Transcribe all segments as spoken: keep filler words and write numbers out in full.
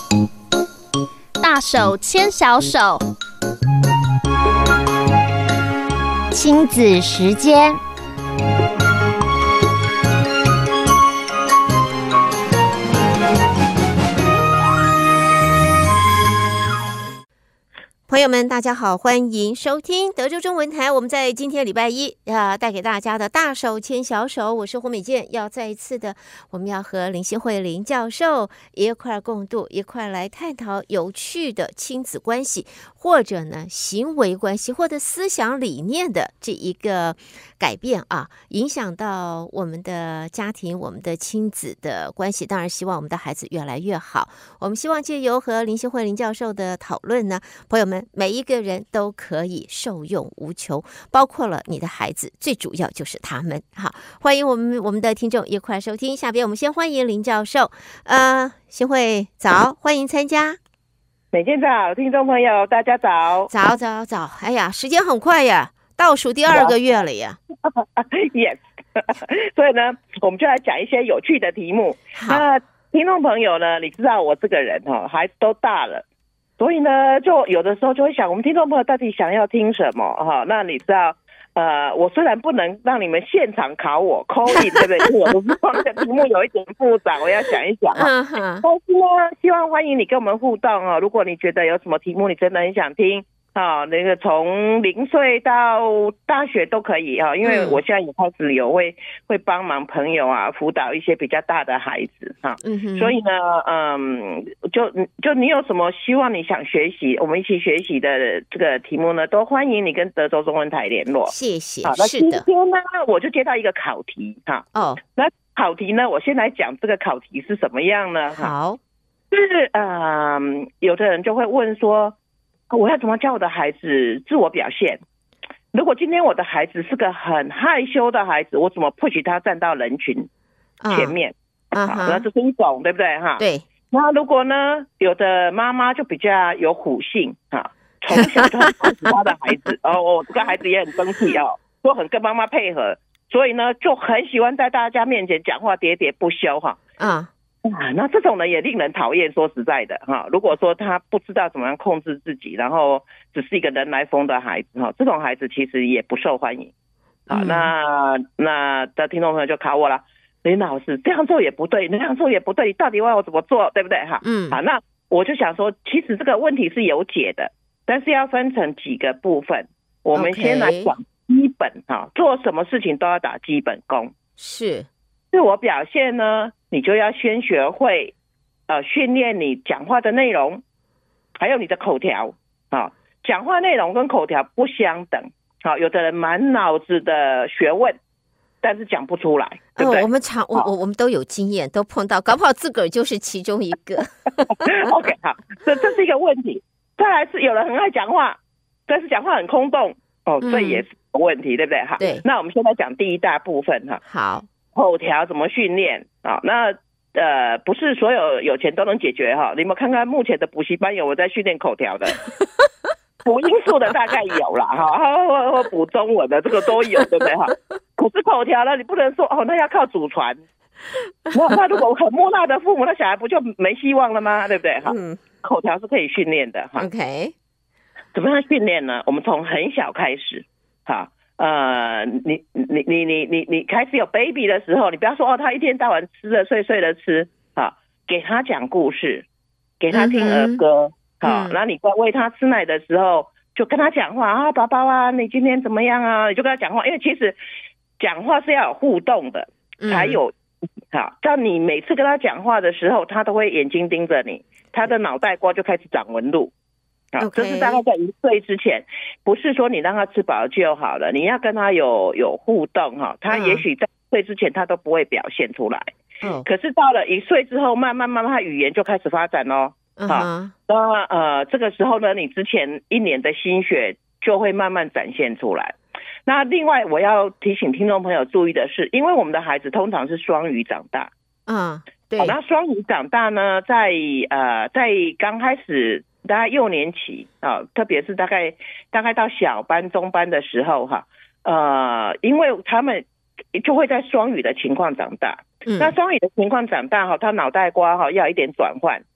大手牵小手，亲子时间。 朋友们大家好，欢迎收听德州中文台。我们在今天礼拜一啊，带给大家的大手牵小手，我是胡美健。要再一次的，我们要和林欣慧林教授一块共度，一块来探讨有趣的亲子关系，或者呢行为关系，或者思想理念的这一个改变啊，影响到我们的家庭、我们的亲子的关系。当然，希望我们的孩子越来越好。我们希望借由和林欣慧林教授的讨论呢，朋友们。每一个人都可以受用无穷，包括了你的孩子，最主要就是他们。好，欢迎我们我们的听众一块收听。下边我们先欢迎林教授。呃，欣慧早，欢迎参加。 美健早，听众朋友大家早， 早早早。哎呀，时间很快呀，倒数第二个月了呀。 yes 所以呢，我们就来讲一些有趣的题目。那听众朋友呢，你知道我这个人哈，孩子都大了。所以呢，就有的时候就会想，我们听众朋友到底想要听什么哈？那你知道，呃，我虽然不能让你们现场考我 call in， 对不对？因为有的时候这个题目有一点复杂，我要想一想啊。但是呢，希望欢迎你跟我们互动哦。如果你觉得有什么题目你真的很想听。啊、哦，那个从零岁到大学都可以啊、哦，因为我现在也开始有会会帮忙朋友啊辅导一些比较大的孩子哈、哦嗯，所以呢，嗯，就就你有什么希望你想学习，我们一起学习的这个题目呢，都欢迎你跟德州中文台联络。 谢谢。 好，那今天呢，我就接到一个考题哈。哦，那考题呢，我先来讲这个考题是什么样呢？ 好， 就是嗯，有的人就会问说。我要怎么教我的孩子自我表现？如果今天我的孩子是个很害羞的孩子，我怎么 push 他站到人群前面？啊、uh, ， 好，那这是一种，对不对？哈， 对。 那如果呢，有的妈妈就比较有虎性哈，从小就很 push 他的孩子，哦，哦，这个孩子也很争气哦，都很跟妈妈配合，所以呢，就很喜欢在大家面前讲话喋喋不休哈。啊、uh.。啊，那这种人也令人讨厌。说实在的哈，如果说他不知道怎么样控制自己，然后只是一个人来疯的孩子哈，这种孩子其实也不受欢迎。好，嗯、那那的听众朋友就考我了，林老师这样做也不对，那样做也不对，你到底要我怎么做，对不对哈？嗯，好，那我就想说，其实这个问题是有解的，但是要分成几个部分。我们先来讲基本哈，做什么事情都要打基本功。 是。 自我表现呢，你就要先学会，呃，训练你讲话的内容，还有你的口条啊。讲话内容跟口条不相等，好、啊，有的人满脑子的学问，但是讲不出来，对不对？ 哦、我们常我我我们都有经验，都碰到，搞不好自个儿就是其中一个。 OK， 好，这这是一个问题。再来是有人很爱讲话，但是讲话很空洞，哦，这也是个问题，嗯、对不对？哈， 对。 那我们现在讲第一大部分哈。 好。 口条怎么训练啊？那呃，不是所有有钱都能解决哈。你们看看目前的补习班有我在训练口条的，补音素的大概有啦哈，或或补中文的这个都有，对不对哈？可是口条呢，你不能说哦，那要靠祖传。那那如果很木讷的父母，那小孩不就没希望了吗？对不对哈？嗯，口条是可以训练的哈。 OK， 怎么样训练呢？我们从很小开始哈。呃，你你你你你你开始有 baby 的时候，你不要说哦，他一天到晚吃了睡睡了吃，好，给他讲故事，给他听儿歌，好、嗯，然后你在喂他吃奶的时候，就跟他讲话啊，宝宝啊，你今天怎么样啊？你就跟他讲话，因为其实讲话是要有互动的，才有好，像你每次跟他讲话的时候，他都会眼睛盯着你，他的脑袋瓜就开始长纹路。好， okay. 这是大概在一岁之前，不是说你让他吃饱就好了，你要跟他有有互动哈，他也许在一岁之前他都不会表现出来，嗯，可是到了一岁之后，慢慢慢慢他语言就开始发展咯，嗯，好，那呃这个时候呢，你之前一年的心血就会慢慢展现出来。那另外我要提醒听众朋友注意的是，因为我们的孩子通常是双语长大，嗯，对，那双语长大呢，在呃在刚开始。大概幼年期啊，特别是大概大概到小班、中班的时候哈，呃，因为他们就会在双语的情况长大。嗯、那双语的情况长大哈，他脑袋瓜哈要一点转换，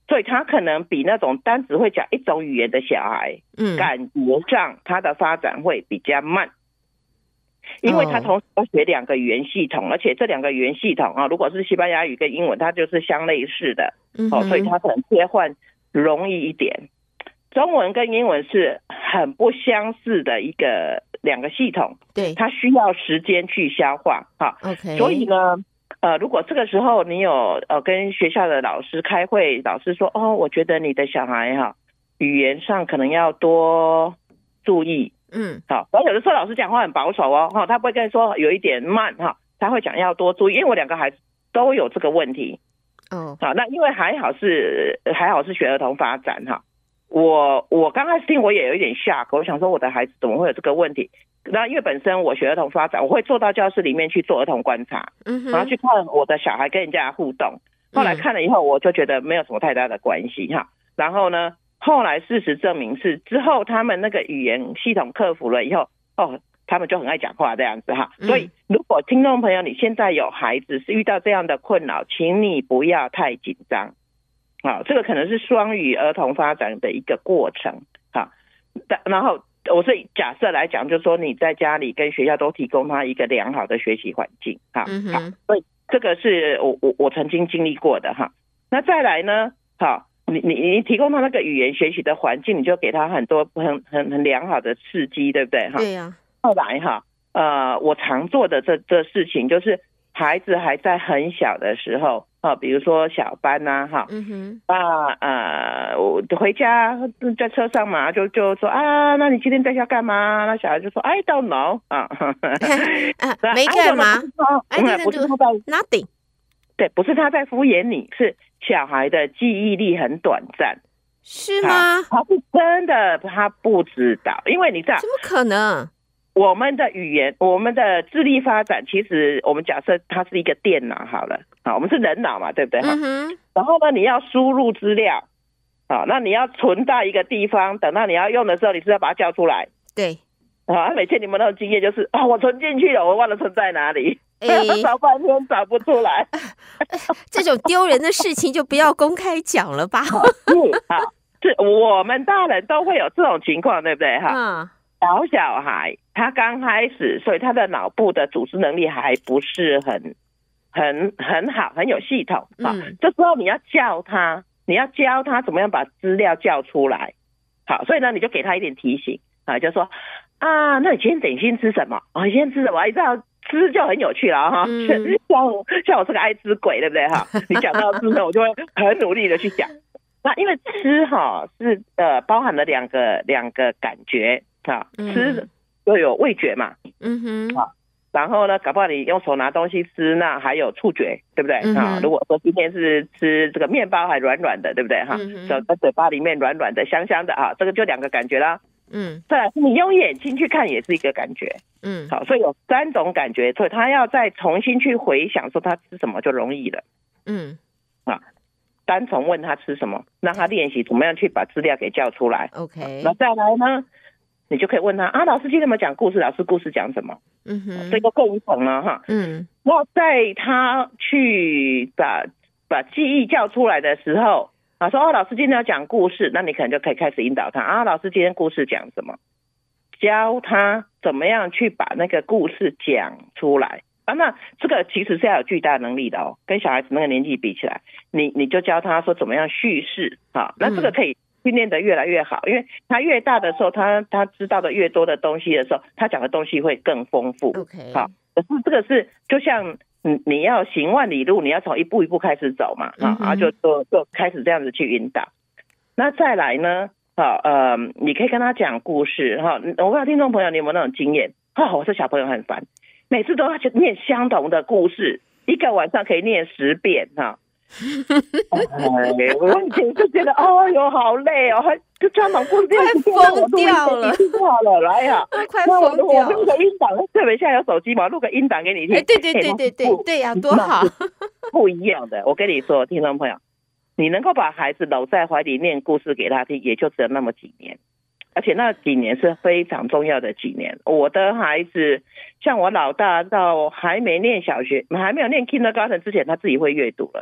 所以他可能比那种单只会讲一种语言的小孩，嗯，感觉上他的发展会比较慢，因为他同时要学两个语言系统，而且这两个语言系统啊，如果是西班牙语跟英文，它就是相类似的，哦，所以他可能切换容易一点。中文跟英文是很不相似的一个两个系统， 对， 它需要时间去消化，哈 ，OK， 所以呢。呃，如果这个时候你有呃跟学校的老师开会，老师说哦，我觉得你的小孩哈语言上可能要多注意，嗯，好，然后有的时候老师讲话很保守哦，哈，他不会跟你说有一点慢哈，他会讲要多注意，因为我两个孩子都有这个问题，哦，好，那因为还好是还好是学儿童发展哈，我我刚开始听我也有一点吓，我想说我的孩子怎么会有这个问题？那因为本身我学儿童发展，我会坐到教室里面去做儿童观察，嗯，然后去看我的小孩跟人家的互动。后来看了以后，我就觉得没有什么太大的关系哈。然后呢，后来事实证明是之后他们那个语言系统克服了以后，哦，他们就很爱讲话这样子哈。所以如果听众朋友你现在有孩子是遇到这样的困扰，请你不要太紧张，好，这个可能是双语儿童发展的一个过程，好，然后。我是假设来讲，就是说你在家里跟学校都提供他一个良好的学习环境，哈，嗯，好，所以这个是我我我曾经经历过的哈。那再来呢，好，你你你提供他那个语言学习的环境，你就给他很多很很很良好的刺激，对不对？哈， 对呀， 啊。后来哈，呃，我常做的这这事情就是。孩子还在很小的时候，啊，比如说小班呐，哈，嗯哼，啊呃，我回家在车上嘛，就就说啊，那你今天在家干嘛？那小孩就说 I don't know 啊， 啊没干嘛 ，I didn't do nothing， 对，不是他在敷衍你，是小孩的记忆力很短暂， 是吗？ 他是真的他不知道，因为你知道， 怎么可能？ 我们的语言，我们的智力发展，其实我们假设它是一个电脑好了，好，我们是人脑嘛，对不对？嗯哼。然后呢，你要输入资料，好，那你要存到一个地方，等到你要用的时候，你是要把它叫出来。 对。 啊，每次你们那种经验就是啊，我存进去了，我忘了存在哪里，欸、找半天找不出来。 这种丢人的事情就不要公开讲了吧。 好，是我们大人都会有这种情况，对不对？哈。嗯。小小孩他刚开始，所以他的脑部的组织能力还不是很很很好，很有系统。好，嗯，这时候你要教他，你要教他怎么样把资料叫出来。好，所以呢，你就给他一点提醒啊，就说啊，那你今天点心吃什么？哦，你今天吃什么？我知道吃就很有趣了哈。嗯，像像我是个爱吃鬼，对不对哈？你讲到吃呢，我就会很努力的去讲。那因为吃哈是呃包含了两个两个感觉。啊，吃就有味觉嘛，嗯哼，啊，然后呢，搞不好你用手拿东西吃，那还有触觉，对不对？嗯，啊，如果说今天是吃这个面包还软软的，对不对？哈，嗯，在嘴巴里面软软的、香香的啊，这个就两个感觉啦。嗯，再来你用眼睛去看也是一个感觉，嗯，好，所以有三种感觉，所以他要再重新去回想说他吃什么就容易了，嗯，啊。单从问他吃什么，让他练习怎么样去把资料给叫出来。OK， 那再来呢？你就可以问他啊，老师今天有没有讲故事？老师故事讲什么？嗯哼，这个更一层了哈。嗯，那在他去把把记忆叫出来的时候，啊，说哦，老师今天要讲故事，那你可能就可以开始引导他啊，老师今天故事讲什么？教他怎么样去把那个故事讲出来啊。那这个其实是要有巨大能力的哦，跟小孩子那个年纪比起来，你你就教他说怎么样叙事啊，那这个可以训练得越来越好，因为他越大的时候，他他知道的越多的东西的时候，他讲的东西会更丰富。OK， 好，可是这个是就像你你要行万里路，你要从一步一步开始走嘛，啊，然后就就就开始这样子去引导。那再来呢，好，呃，你可以跟他讲故事哈。我不知道听众朋友你有没有那种经验？哦，我这小朋友很烦，每次都要去念相同的故事，一个晚上可以念十遍哈。哎，我以前就觉得哦哟好累哦，就这样把故事念一遍， 快疯掉了， 掉了，来呀， 快疯掉了。 我录个音档，特别现在有手机嘛，录个音档给你听。 哎，对对对对对对呀，多好， 不一样的。我跟你说，听众朋友，你能够把孩子搂在怀里念故事给他听，也就只有那么几年，而且那几年是非常重要的几年。我的孩子，像我老大到还没念小学，还没有念 kindergarten 之前，他自己会阅读了。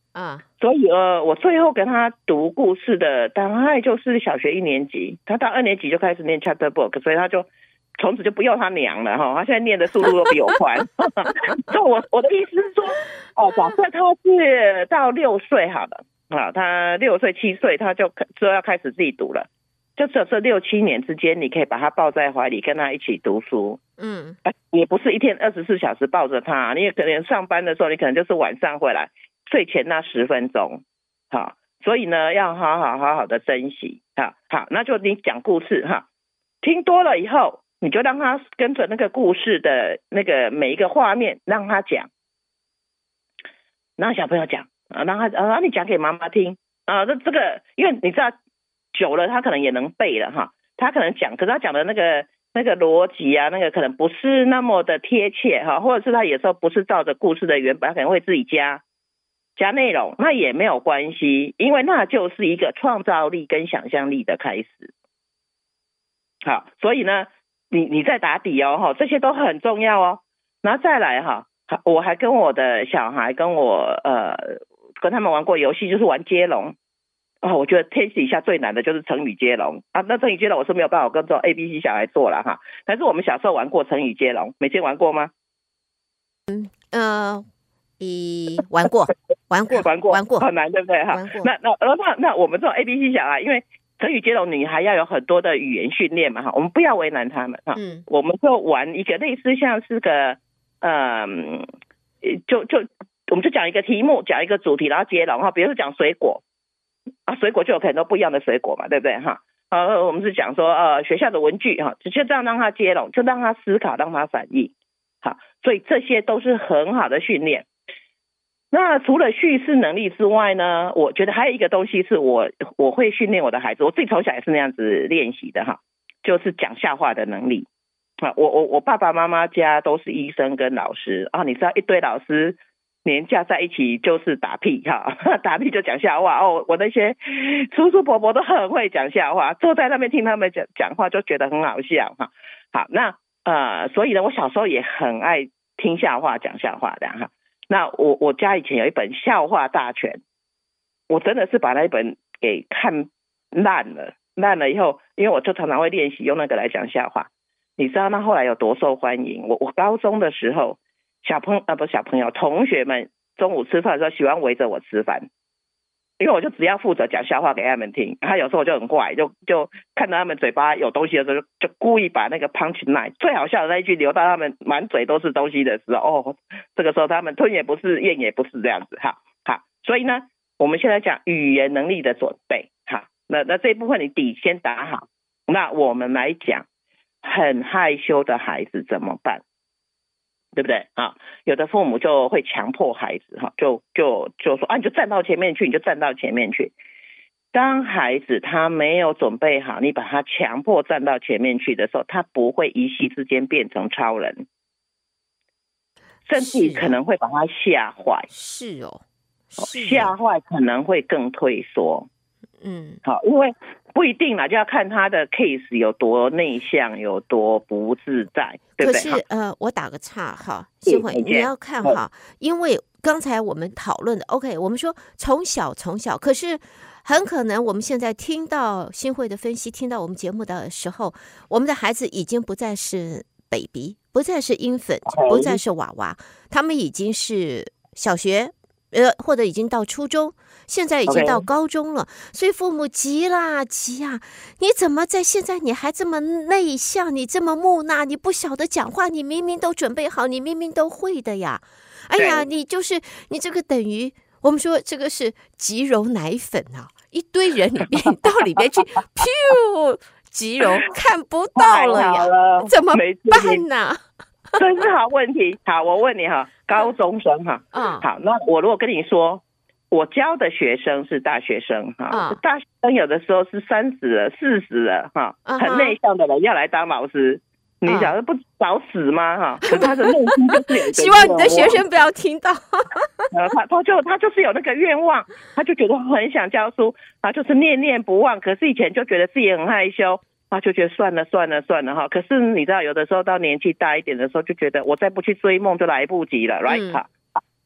啊， 所以呃，我最后跟他读故事的大概就是小学一年级，他到二年级就开始念 chapter book， 所以他就从此就不用他娘了哈，他现在念的速度都比我快。所以我我的意思是说，哦，假设他是到六岁好了，啊，他六岁七岁他就就要开始自己读了，就只有这六七年之间，你可以把他抱在怀里，跟他一起读书。嗯，也不是一天二十四小时抱着他，你也可能上班的时候，你可能就是晚上回来。睡前那十分钟，好，所以呢，要好好好好的珍惜，好，好，那就你讲故事哈，听多了以后，你就让他跟着那个故事的那个每一个画面，让他讲，让小朋友讲啊，让他啊，你讲给妈妈听啊，这这个，因为你知道久了，他可能也能背了哈，他可能讲，可是他讲的那个那个逻辑啊，那个可能不是那么的贴切哈，或者是他有时候不是照着故事的原本，他可能会自己加。加内容那也没有关系，因为那就是一个创造力跟想象力的开始。好，所以呢，你你在打底哦，这些都很重要哦。然后再来哈，我还跟我的小孩跟我呃跟他们玩过游戏，就是玩接龙。哦，我觉得 test 一下最难的就是成语接龙啊。那成语接龙我是没有办法跟做 A B C 小孩做了哈，但是我们小时候玩过成语接龙，美娟玩过吗？ 嗯呃。咦，玩过，玩过， 玩过， 玩过， 很难，对不对？哈，那那那那我们这种 A B C 小孩，因为成语接龙，你还要有很多的语言训练嘛，哈，我们不要为难他们哈。嗯，我们就玩一个类似像是个，嗯，就就我们就讲一个题目，讲一个主题，然后接龙哈。比如说讲水果啊，水果就有很多不一样的水果嘛，对不对？哈，呃，我们是讲说呃学校的文具哈，就这样让他接龙，就让他思考，让他反应，好，所以这些都是很好的训练。那除了叙事能力之外呢，我觉得还有一个东西是我我会训练我的孩子，我自己从小也是那样子练习的哈，就是讲笑话的能力啊。我我我爸爸妈妈家都是医生跟老师啊，你知道一堆老师连架在一起就是打屁哈，打屁就讲笑话哦。我那些叔叔伯伯都很会讲笑话，坐在那边听他们讲讲话就觉得很好笑哈。好，那呃，所以呢，我小时候也很爱听笑话、讲笑话的哈。那我我家以前有一本笑话大全，我真的是把那一本给看烂了，烂了以后，因为我就常常会练习用那个来讲笑话。你知道那后来有多受欢迎？我我高中的时候，小朋友啊不是小朋友，同学们中午吃饭的时候喜欢围着我吃饭，因为我就只要负责讲笑话给他们听。他有时候我就很怪，就就看到他们嘴巴有东西的时候，就就故意把那个 punch line 最好笑的那一句留到他们满嘴都是东西的时候，哦，这个时候他们吞也不是，咽也不是这样子哈。好，所以呢，我们现在讲语言能力的准备，哈，那那这一部分你底先打好。那我们来讲很害羞的孩子怎么办？对不对啊？有的父母就会强迫孩子哈，就就就说啊，你就站到前面去，你就站到前面去。当孩子他没有准备好，你把他强迫站到前面去的时候，他不会一夕之间变成超人，甚至可能会把他吓坏。 是哦， 吓坏可能会更退缩。嗯，好，因为不一定啦，就要看他的 case 有多内向，有多不自在，对不对？ 可是呃，我打个岔哈，幸会你要看哈，因为刚才我们讨论的 ，OK， 我们说从小从小，可是很可能我们现在听到新会的分析，听到我们节目的时候，我们的孩子已经不再是 baby， 不再是 infant， 不再是娃娃，他们已经是小学。呃，或者已经到初中，现在已经到高中了， okay. 所以父母急啦急啊！你怎么在现在你还这么内向，你这么木讷，你不晓得讲话，你明明都准备好，你明明都会的呀！哎呀，你就是你这个等于我们说这个是即溶奶粉啊，一堆人里面到里面去，噗，即溶看不到了呀，了怎么办呢？ 这是好问题。好，我问你哈，高中生哈，嗯，好，那我如果跟你说，我教的学生是大学生哈，嗯，大学生有的时候是三十了、四十了哈，嗯，很内向的人要来当老师，嗯，你想说不找死吗？哈，可是他的内心就是有一个希望你的学生不要听到， 呃，他他就他就是有那个愿望，他就觉得很想教书，他就是念念不忘，可是以前就觉得自己很害羞。他就觉得算了算了算了哈，可是你知道有的时候到年纪大一点的时候就觉得我再不去追梦就来不及了， right？、嗯、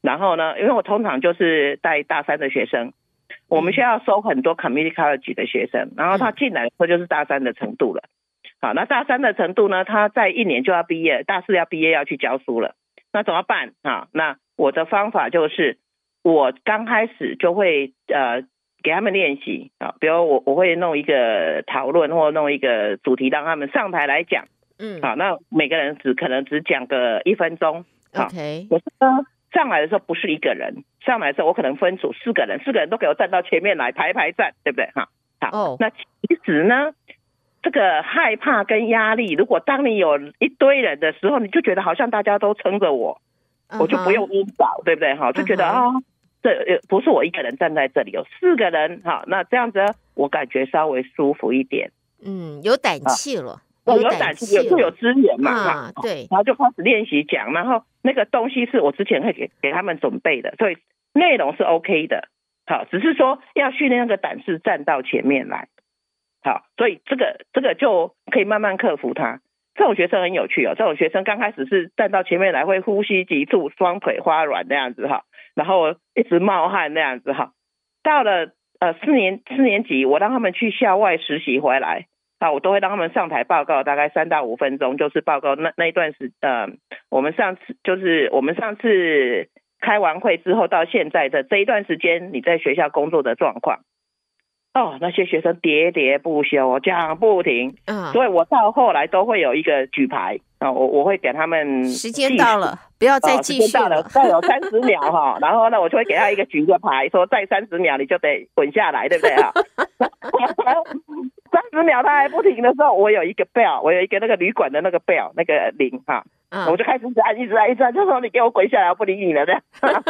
然后呢，因为我通常就是带大三的学生，我们学校收很多 community college 的学生，然后他进来的时候就是大三的程度了。好，那大三的程度呢，他在一年就要毕业，大四要毕业要去教书了，那怎么办啊？那我的方法就是，我刚开始就会呃给他们练习啊，比如我我会弄一个讨论或弄一个主题让他们上台来讲，嗯，好，那每个人只可能只讲个一分钟 ，OK。 可是呢，上来的时候不是一个人，上来的时候我可能分组四个人，四个人都给我站到前面来排排站，对不对？哈，好，哦，那其实呢，这个害怕跟压力，如果当你有一堆人的时候，你就觉得好像大家都撑着我， uh-huh. 我就不用晕倒，对不对？哈，就觉得啊， uh-huh. 这不是我一个人站在这里，有四个人，好，那这样子我感觉稍微舒服一点， 嗯，有胆气了。 有有胆气，有就有资源嘛， 啊，对， 然后就开始练习讲，然后那个东西是我之前会给给他们准备的，所以内容是 OK 的，好，只是说要训练那个胆识站到前面来，好，所以这个这个就可以慢慢克服它。这种学生很有趣哦，这种学生刚开始是站到前面来会呼吸急促，双腿发软那样子哈，然后一直冒汗那样子哈，到了呃四年四年级，我让他们去校外实习回来。啊，我都会让他们上台报告，大概三到五分钟，就是报告那那一段时，呃，我们上次就是我们上次开完会之后到现在的这一段时间，你在学校工作的状况。哦，那些学生喋喋不休，讲不停，嗯，所以我到后来都会有一个举牌啊，我我会给他们时间到了，不要再继续了， 哦、了再有三十秒哈，然后呢，我就会给他一个举个牌，说再三十秒你就得滚下来，对不对哈？三十秒他还不停的时候，我有一个 bell， 我有一个那个旅馆的那个 bell 那个铃哈，嗯，我就开始一直按一直按一直按，就说你给我滚下来，我不理你了这样。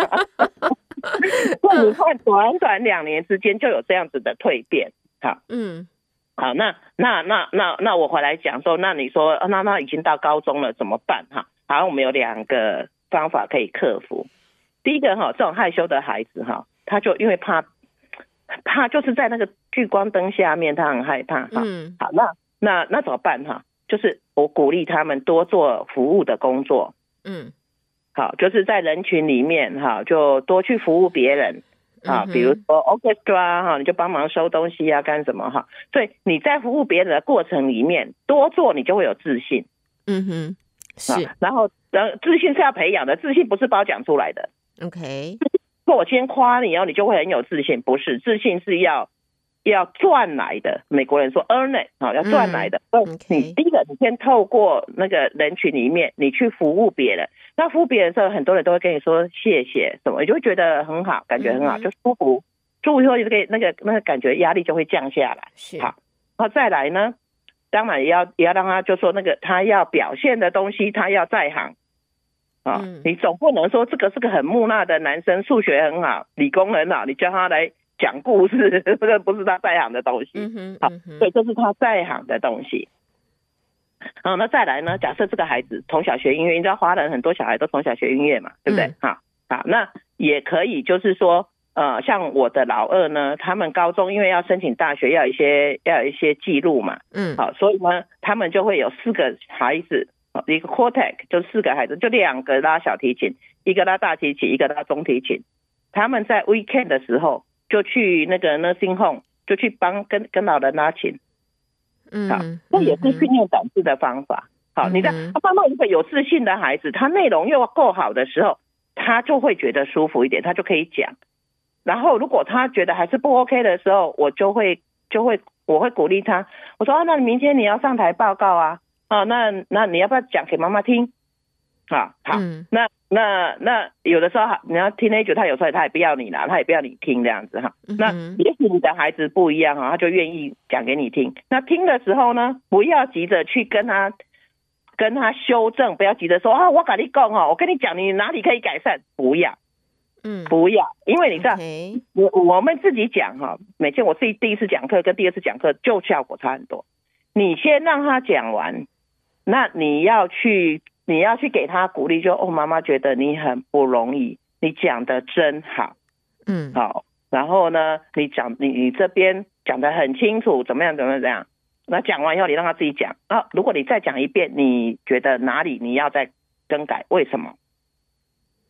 那你看短短两年之间就有这样子的蜕变，好，嗯，好，那那那那那我回来讲说，那你说那那已经到高中了怎么办哈？好，我们有两个方法可以克服。第一个哈，这种害羞的孩子哈，他就因为怕。怕就是在那个聚光灯下面，他很害怕哈。嗯，好，那那那怎么办哈？就是我鼓励他们多做服务的工作。嗯，好，就是在人群里面哈，就多去服务别人啊，比如说 orchestra 哈，你就帮忙收东西啊，干什么哈？所以你在服务别人的过程里面多做，你就会有自信。嗯哼，是。然后，然后自信是要培养的，自信不是包讲出来的。 OK。 说我先夸你哦，你就会很有自信，不是，自信是要要赚来的。美国人说 earn it 啊，要赚来的。嗯，你第一个，你先透过那个人群里面，你去服务别人。那服务别人的时候，很多人都会跟你说谢谢什么，你就会觉得很好，感觉很好，嗯、就舒服。舒服以后，就可以那个那个感觉压力就会降下来。 是好，然后再来呢，当然也要也要让他就说那个他要表现的东西，他要在行。啊、哦嗯，你总不能说这个是个很木讷的男生，数学很好，理工很好，你叫他来讲故事，这个不是他在行的东西。嗯哼，好，所以这是他在行的东西。好，那再来呢？假设这个孩子从小学音乐，你知道华人很多小孩都从小学音乐嘛，对不对？嗯、好，好，那也可以，就是说，呃，像我的老二呢，他们高中因为要申请大学，要有一些要有一些记录嘛，嗯，好，所以呢，他们就会有四个孩子。一个 quartet 就四个孩子，就两个拉小提琴，一个拉大提琴，一个拉中提琴。他们在 weekend 的时候就去那个 nursing home， 就去帮跟跟老人拉琴。嗯，好，这也是训练胆识的方法。好，你看，他慢慢一个有自信的孩子，他内容又够好的时候，他就会觉得舒服一点，他就可以讲。然后如果他觉得还是不 OK 的时候，我就会就会我会鼓励他，我说啊，那明天你要上台报告啊。哦，那那你要不要讲给妈妈听？啊，好，嗯、那那那有的时候你要听那句，他有时候他也不要你啦，他也不要你听这样子哈。嗯、那也许你的孩子不一样哈，他就愿意讲给你听。那听的时候呢，不要急着去跟他跟他修正，不要急着说啊，我跟你讲哦，我跟你讲你哪里可以改善，不要，嗯，不要，因为你知道， okay. 我我们自己讲哈，每次我自己第一次讲课跟第二次讲课就效果差很多。你先让他讲完。那你要去，你要去给他鼓励，就哦，妈妈觉得你很不容易，你讲的真好，嗯，好，然后呢，你讲你你这边讲的很清楚，怎么样怎么样怎么样，那讲完以后你让他自己讲啊，如果你再讲一遍，你觉得哪里你要再更改，为什么？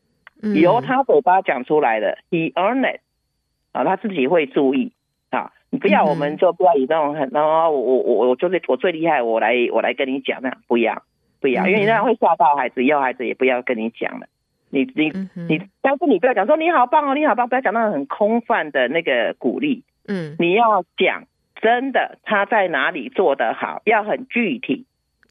嗯由他嘴巴讲出来的 ，he earned it， 啊，他自己会注意啊。你不要，我们就不要以那种很，然后我我我我就是我最厉害，我来我来跟你讲那样，不要不要，因为你那样会吓到孩子，以后孩子也不要跟你讲了。你你你，但是你不要讲说你好棒哦，你好棒，不要讲那种很空泛的那个鼓励。 嗯， 你要讲真的他在哪里做得好，要很具体。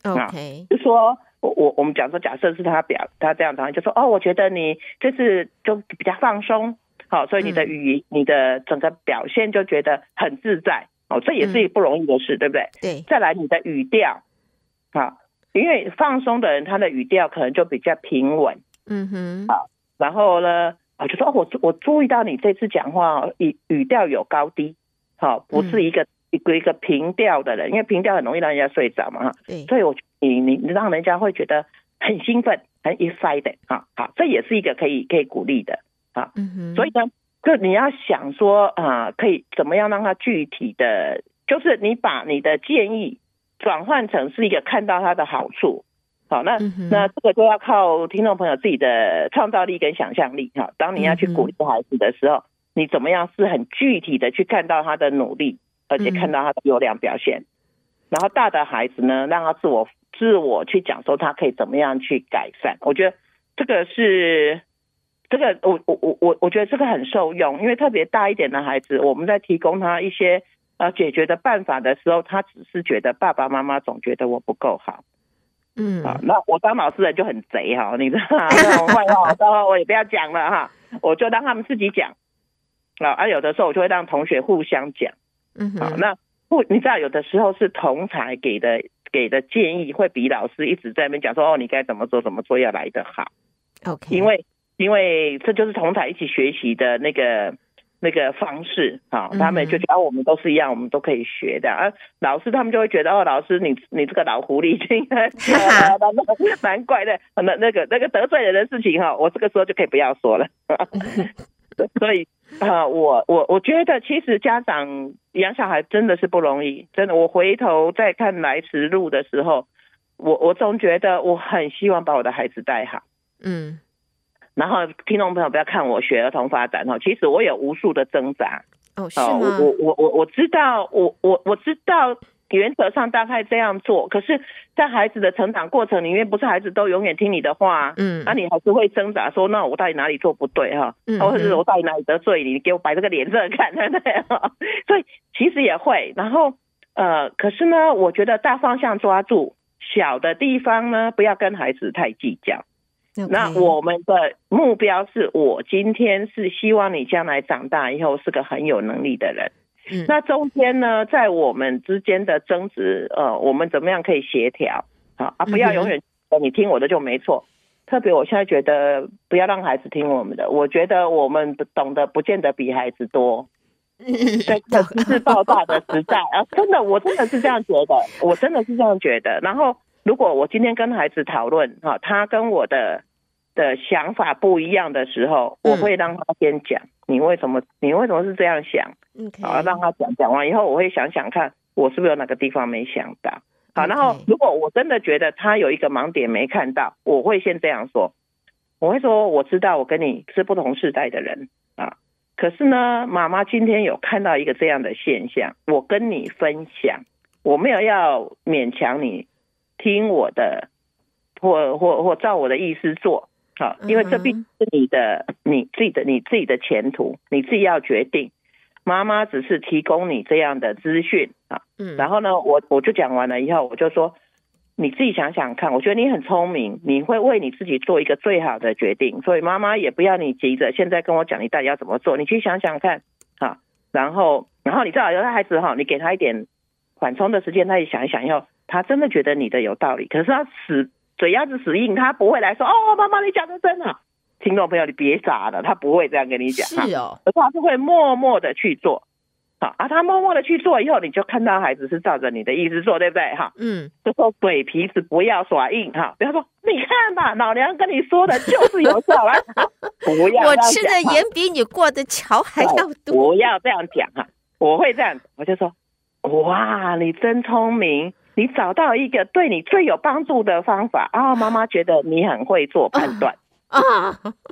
OK， 就说我我我们讲说，假设是他表他这样子，就说哦，我觉得你这次就比较放松。好，所以你的语、嗯、你的整个表现就觉得很自在，哦，这也是不容易的事，嗯、对不对？ 对。 再来你的语调，好，因为放松的人他的语调可能就比较平稳， 嗯哼， 好，然后呢，啊，就说哦，我我注意到你这次讲话语语调有高低，好，不是一个、嗯、一个一个平调的人，因为平调很容易让人家睡着嘛，哈， 对， 所以我你你你让人家会觉得很兴奋，很 excited， 好，好，这也是一个可以可以鼓励的。啊，嗯、所以呢，就你要想说啊、呃，可以怎么样让他具体的，就是你把你的建议转换成是一个看到他的好处。好，那、嗯、那这个就要靠听众朋友自己的创造力跟想象力。哈，当你要去鼓励孩子的时候，嗯、你怎么样是很具体的去看到他的努力，而且看到他的优良表现。嗯、然后大的孩子呢，让他自我自我去讲说他可以怎么样去改善。我觉得这个是。这个我我我我我觉得这个很受用，因为特别大一点的孩子，我们在提供他一些呃解决的办法的时候，他只是觉得爸爸妈妈总觉得我不够好，嗯，啊，那我当老师的就很贼哈，你知道吗？那种坏话，到时候我也不要讲了哈，我就让他们自己讲，啊，啊有的时候我就会让同学互相讲，嗯，好，那不你知道有的时候是同侪给的给的建议会比老师一直在那边讲说哦你该怎么做怎么做要来得好 ，OK， 因为。因为这就是同侪一起学习的那个那个方式啊，他们就觉得、嗯、啊，我们都是一样，我们都可以学的啊。老师他们就会觉得哦，老师你你这个老狐狸，蛮怪的，那那个那个得罪人的事情哈，我这个时候就可以不要说了。所以啊、呃，我我我觉得其实家长养小孩真的是不容易，真的。我回头再看来时路的时候，我我总觉得我很希望把我的孩子带好，嗯。然后听众朋友不要看我学儿童发展，其实我有无数的挣扎。 哦，是吗？ 我我我我知道，我我我知道原则上大概这样做，可是在孩子的成长过程里面，不是孩子都永远听你的话，嗯，那、啊、你还是会挣扎说，那我到底哪里做不对哈？嗯，或者是我到底哪里得罪你？你给我摆这个脸色看，对不对？所以其实也会，然后呃，可是呢，我觉得大方向抓住，小的地方呢，不要跟孩子太计较。Okay. 那我们的目标是我今天是希望你将来长大以后是个很有能力的人。嗯，那中间呢，在我们之间的争执，呃，我们怎么样可以协调？好啊，不要永远你听我的就没错。特别我现在觉得不要让孩子听我们的，我觉得我们懂得不见得比孩子多。在这个知识爆炸的时代啊，真的，我真的是这样觉得，我真的是这样觉得。然后。如果我今天跟孩子讨论哈，他跟我的的想法不一样的时候，我会让他先讲，你为什么你为什么是这样想？好，让他讲，讲完以后，我会想想看，我是不是有哪个地方没想到。好，然后如果我真的觉得他有一个盲点没看到，我会先这样说，我会说，我知道我跟你是不同世代的人啊，可是呢，妈妈今天有看到一个这样的现象，我跟你分享，我没有要勉强你。听我的，或或或照我的意思做，好，因为这毕竟是你的、你自己的、你自己的前途，你自己要决定。妈妈只是提供你这样的资讯啊，嗯，然后呢，我我就讲完了以后，我就说，你自己想想看，我觉得你很聪明，你会为你自己做一个最好的决定，所以妈妈也不要你急着现在跟我讲你到底要怎么做，你去想想看，好，然后然后你知道有的孩子哈，你给他一点缓冲的时间，他也想一想以后。他真的觉得你的有道理，可是他死嘴鸭子死硬，他不会来说哦，妈妈你讲的真好。听众朋友，你别傻了，他不会这样跟你讲， 是哦， 而他是会默默的去做，好啊，他默默的去做以后，你就看到孩子是照着你的意思做，对不对？哈，嗯，就说嘴皮子不要耍硬哈，不要说你看吧，老娘跟你说的就是有效啊，不要我吃的盐比你过的桥还要多， 不要这样讲哈，我会这样，我就说哇，你真聪明。你找到一个对你最有帮助的方法啊！妈妈觉得你很会做判断啊，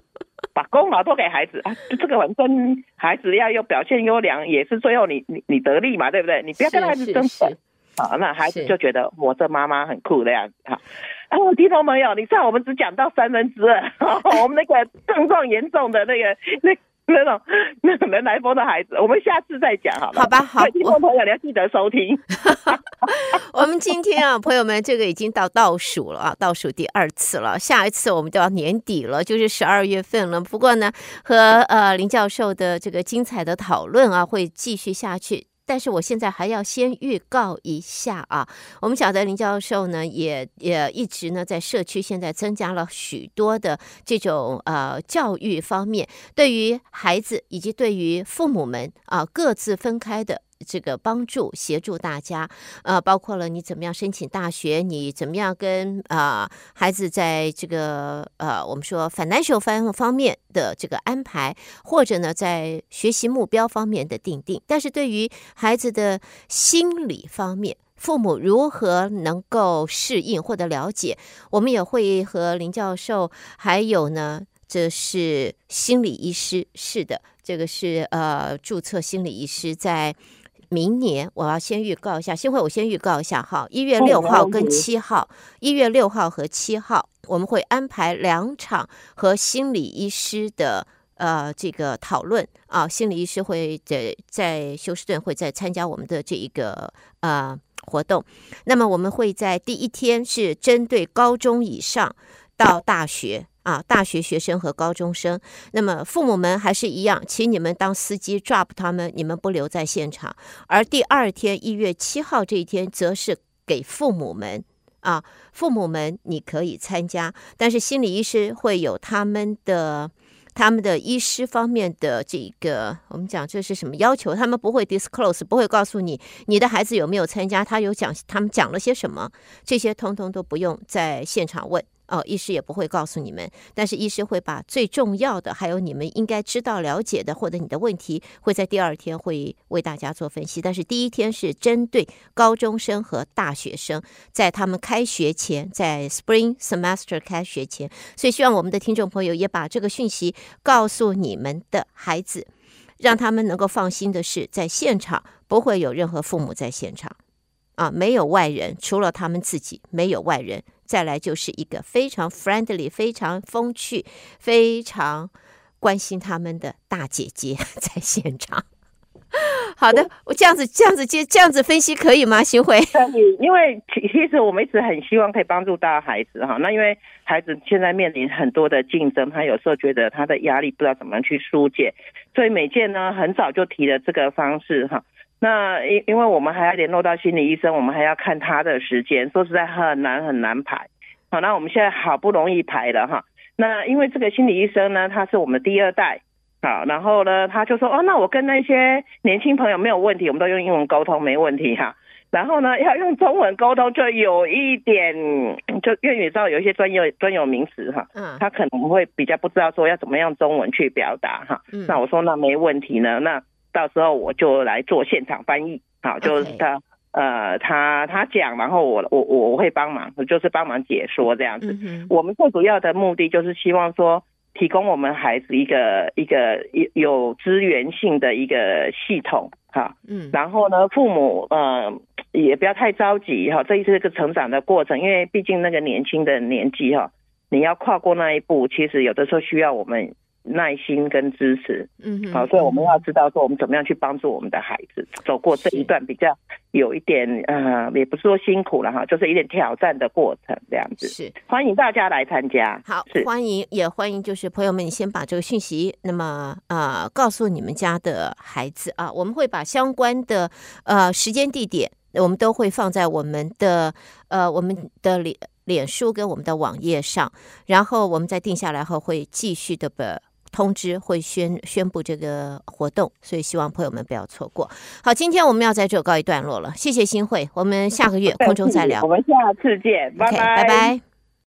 把功劳都给孩子啊，这个反正孩子要有表现优良，也是最后你你你得利嘛，对不对？你不要跟孩子争宠。好，那孩子就觉得我这妈妈很酷的样子。好，啊，听众朋友，你看我们只讲到三分之二，我们那个症状严重的那个那那种那种人来疯的孩子，我们下次再讲好了。 好吧，好， 听众朋友你要记得收听。 我们今天啊，朋友们，这个已经到倒数了啊，倒数第二次了，下一次我们都要年底了，就是十二月份了。不过呢，和呃林教授的这个精彩的讨论啊，会继续下去。但是我现在还要先预告一下啊，我们晓得林教授呢也也一直呢在社区现在增加了许多的这种呃教育方面，对于孩子以及对于父母们啊各自分开的这个帮助协助大家，呃，包括了你怎么样申请大学，你怎么样跟啊、呃、孩子在这个呃我们说 financial 方方面的这个安排，或者呢在学习目标方面的定定。但是对于孩子的心理方面，父母如何能够适应或者了解，我们也会和林教授，还有呢。这是心理医师，是的，这个是呃注册心理医师，在明年我要先预告一下，先会我先预告一下哈，一月六号跟七号，一月六号和七号，我们会安排两场和心理医师的呃这个讨论啊，心理医师会在在休斯顿会在参加我们的这一个呃活动。那么我们会在第一天是针对高中以上到大学。啊，大学学生和高中生，那么父母们还是一样，请你们当司机 drop 他们，你们不留在现场。而第二天一月七号这一天，则是给父母们啊，父母们你可以参加，但是心理医师会有他们的。他们的医师方面的这个，我们讲这是什么要求？他们不会 disclose， 不会告诉你你的孩子有没有参加，他有讲他们讲了些什么，这些通通都不用在现场问。哦，医师也不会告诉你们，但是医师会把最重要的，还有你们应该知道了解的，或者你的问题，会在第二天会为大家做分析。但是第一天是针对高中生和大学生，在他们开学前，在 Spring Semester 开学前，所以希望我们的听众朋友也把这个讯息告诉你们的孩子，让他们能够放心的是，在现场不会有任何父母在现场。啊，没有外人，除了他们自己，没有外人。再来就是一个非常 friendly、非常风趣、非常关心他们的大姐姐在现场。好的，我这样子、这样子接、这样子分析可以吗？新慧？ 可以，因为其实我们一直很希望可以帮助到孩子哈。那因为孩子现在面临很多的竞争，他有时候觉得他的压力不知道怎么样去疏解，所以美健呢很早就提了这个方式哈。那因因为我们还要联络到心理医生，我们还要看他的时间，说实在很难很难排。好，那我们现在好不容易排了哈。那因为这个心理医生呢，他是我们第二代，好，然后呢，他就说哦，那我跟那些年轻朋友没有问题，我们都用英文沟通没问题哈。然后呢，要用中文沟通就有一点，就粤语知道有一些专有专有名词哈，嗯，他可能会比较不知道说要怎么样中文去表达哈。嗯，那我说那没问题呢，那到时候我就来做现场翻译，好，就是他、okay. 呃他他讲，然后我我我会帮忙，就是帮忙解说这样子。嗯、我们最主要的目的就是希望说，提供我们孩子一个一个有资源性的一个系统，哈，嗯，然后呢，父母呃也不要太着急哈，这是一个成长的过程，因为毕竟那个年轻的年纪哈，你要跨过那一步，其实有的时候需要我们耐心跟支持，嗯，好，所以我们要知道说我们怎么样去帮助我们的孩子走过这一段比较有一点呃，也不是说辛苦了哈，就是一点挑战的过程这样子。是，欢迎大家来参加。 好，欢迎也欢迎，就是朋友们，你先把这个讯息，那么呃，告诉你们家的孩子啊，我们会把相关的呃时间地点，我们都会放在我们的呃我们的脸脸书跟我们的网页上，然后我们在定下来后会继续的把通知会宣宣布这个活动，所以希望朋友们不要错过。好，今天我们要在这告一段落了，谢谢新慧，我们下个月空中再聊， 我们下次见，拜拜， okay, 拜拜。